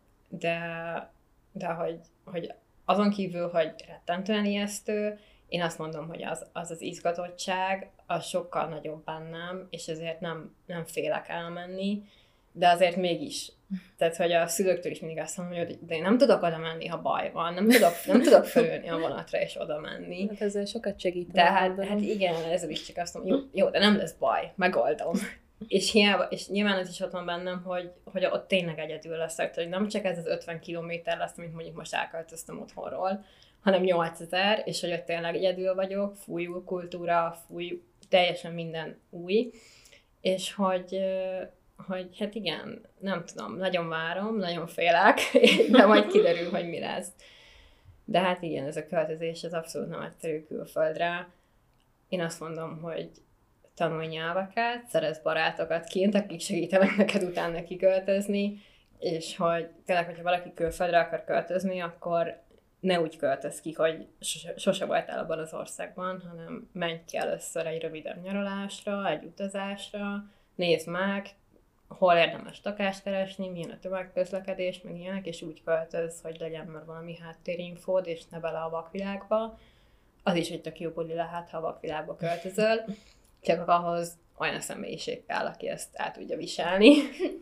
B: de hogy azon kívül, hogy rettentően ijesztő, én azt mondom, hogy az izgatottság, az sokkal nagyobb bennem, és ezért nem félek elmenni, de azért mégis. Tehát, hogy a szülőktől is mindig azt mondom, hogy de én nem tudok oda menni, ha baj van, nem tudok fölülni a vonatra és oda menni.
A: Hát ezzel sokat segít.
B: De hát igen, ezzel is csak azt mondom, jó, de nem lesz baj, megoldom. És nyilván ez is ott van bennem, hogy ott tényleg egyedül leszek, hogy nem csak ez az 50 kilométer lesz, amit mondjuk most elköltöztem otthonról, hanem 8000, és hogy ott tényleg egyedül vagyok, fúj kultúra, fúj teljesen minden új, és hogy hát igen, nem tudom, nagyon várom, nagyon félek, de majd kiderül, hogy mi lesz. De hát igen, ez a költözés, ez abszolút nem egyszerű külföldre. Én azt mondom, hogy tanulj nyelveket, szerezz barátokat kint, akik segítenek neked utána kiköltözni, és hogy tényleg, hogyha valaki külföldre akar költözni, akkor ne úgy költöz ki, hogy sose voltál abban az országban, hanem menj ki először egy rövidebb nyaralásra, egy utazásra, nézd meg, hol érdemes lakást keresni, milyen a tömegközlekedés, meg ilyenek, és úgy költöz, hogy legyen már valami háttérinfód, és ne bele a vakvilágba. Az is egy tök jó buli lehet, ha a vakvilágba költözöl, csak ahhoz olyan személyiség kell, aki ezt el tudja viselni.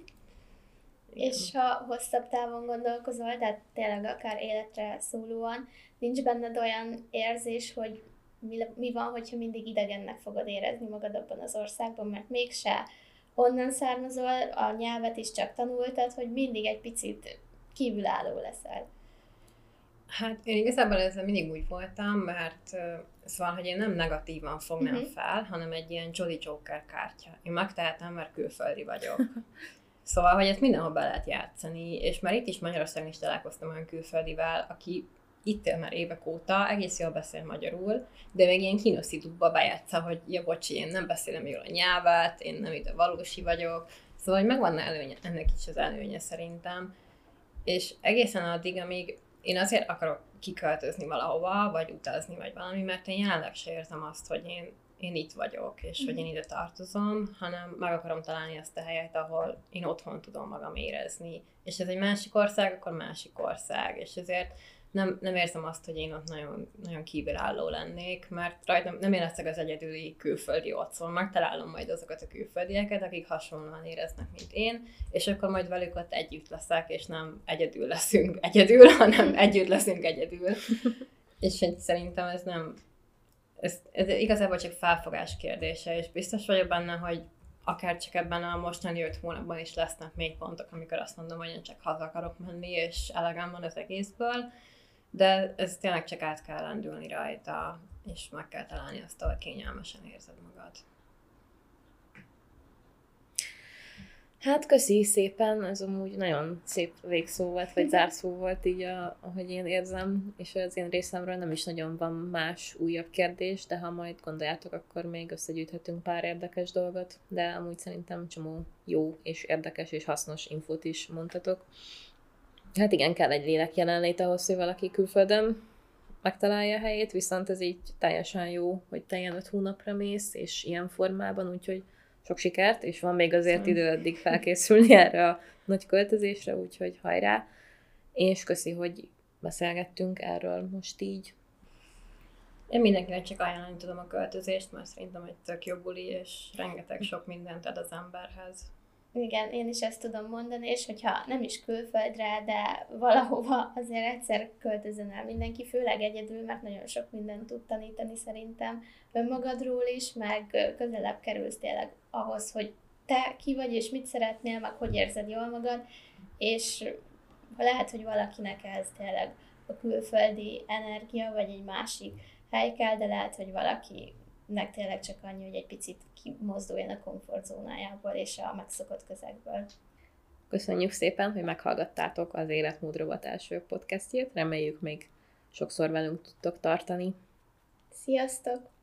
C: És ha hosszabb távon gondolkozol, tehát tényleg akár életre szólóan, nincs benned olyan érzés, hogy mi van, hogyha mindig idegennek fogod érezni magad abban az országban, mert mégse onnan származol, a nyelvet is csak tanultad, hogy mindig egy picit kívülálló leszel.
B: Hát én igazából ezzel mindig úgy voltam, mert szóval, hogy én nem negatívan fognám fel, hanem egy ilyen Jolly Joker kártya. Én megtehetem, mert külföldi vagyok. Szóval, hogy ezt mindenhol be lehet játszani, és már itt is Magyarországon is találkoztam olyan külföldivel, aki itt él már évek óta, egész jól beszél magyarul, de még ilyen kínoszidúba bejátsza, hogy ja, bocsi, én nem beszélem jól a nyelvet, én nem ide valósi vagyok. Szóval, hogy megvan ennek is az előnye szerintem. És egészen addig, amíg én azért akarok kiköltözni valahova, vagy utazni, vagy valami, mert én jelenleg se érzem azt, hogy én itt vagyok, és hogy én ide tartozom, hanem meg akarom találni azt a helyet, ahol én otthon tudom magam érezni. És ez egy másik ország, akkor másik ország, és ezért nem érzem azt, hogy én ott nagyon, nagyon kívülálló lennék, mert rajtam nem én leszek az egyedüli külföldi ott, szóval megtalálom majd azokat a külföldieket, akik hasonlóan éreznek, mint én, és akkor majd velük ott együtt leszek, és nem egyedül leszünk egyedül, hanem együtt leszünk egyedül. És szerintem ez nem... Ez igazából csak felfogás kérdése, és biztos vagyok benne, hogy akár csak ebben a mostani 5 hónapban is lesznek még pontok, amikor azt mondom, hogy én csak haza akarok menni, és elegem van az egészből, de ez tényleg csak át kell lendülni rajta, és meg kell találni azt, ahol kényelmesen érzed magad.
A: Hát köszi szépen, ez amúgy nagyon szép végszó volt, vagy zárszó volt így, ahogy én érzem, és az én részemről nem is nagyon van más újabb kérdés, de ha majd gondoljátok, akkor még összegyűjthetünk pár érdekes dolgot, de amúgy szerintem csomó jó és érdekes és hasznos infót is mondtatok. Hát igen, kell egy lélek jelenlét ahhoz, hogy valaki külföldön megtalálja a helyét, viszont ez így teljesen jó, hogy te ilyen 5 hónapra mész, és ilyen formában, úgyhogy sok sikert, és van még azért idő addig felkészülni erre a nagy költözésre, úgyhogy hajrá, és köszi, hogy beszélgettünk erről most így.
B: Én mindenkinek csak ajánlani tudom a költözést, mert szerintem egy tök jó buli, és rengeteg sok mindent ad az emberhez.
C: Igen, én is ezt tudom mondani, és hogyha nem is külföldre, de valahova azért egyszer költözön el mindenki, főleg egyedül, mert nagyon sok mindent tud tanítani szerintem önmagadról is, meg közelebb kerülsz tényleg ahhoz, hogy te ki vagy, és mit szeretnél, meg hogy érzed jól magad, és lehet, hogy valakinek ez tényleg a külföldi energia, vagy egy másik hely kell, de lehet, hogy valakinek tényleg csak annyi, hogy egy picit kimozduljon a komfortzónájából és a megszokott közegből.
A: Köszönjük szépen, hogy meghallgattátok az Életmód Rovat első podcastjét. Reméljük még sokszor velünk tudtok tartani.
C: Sziasztok!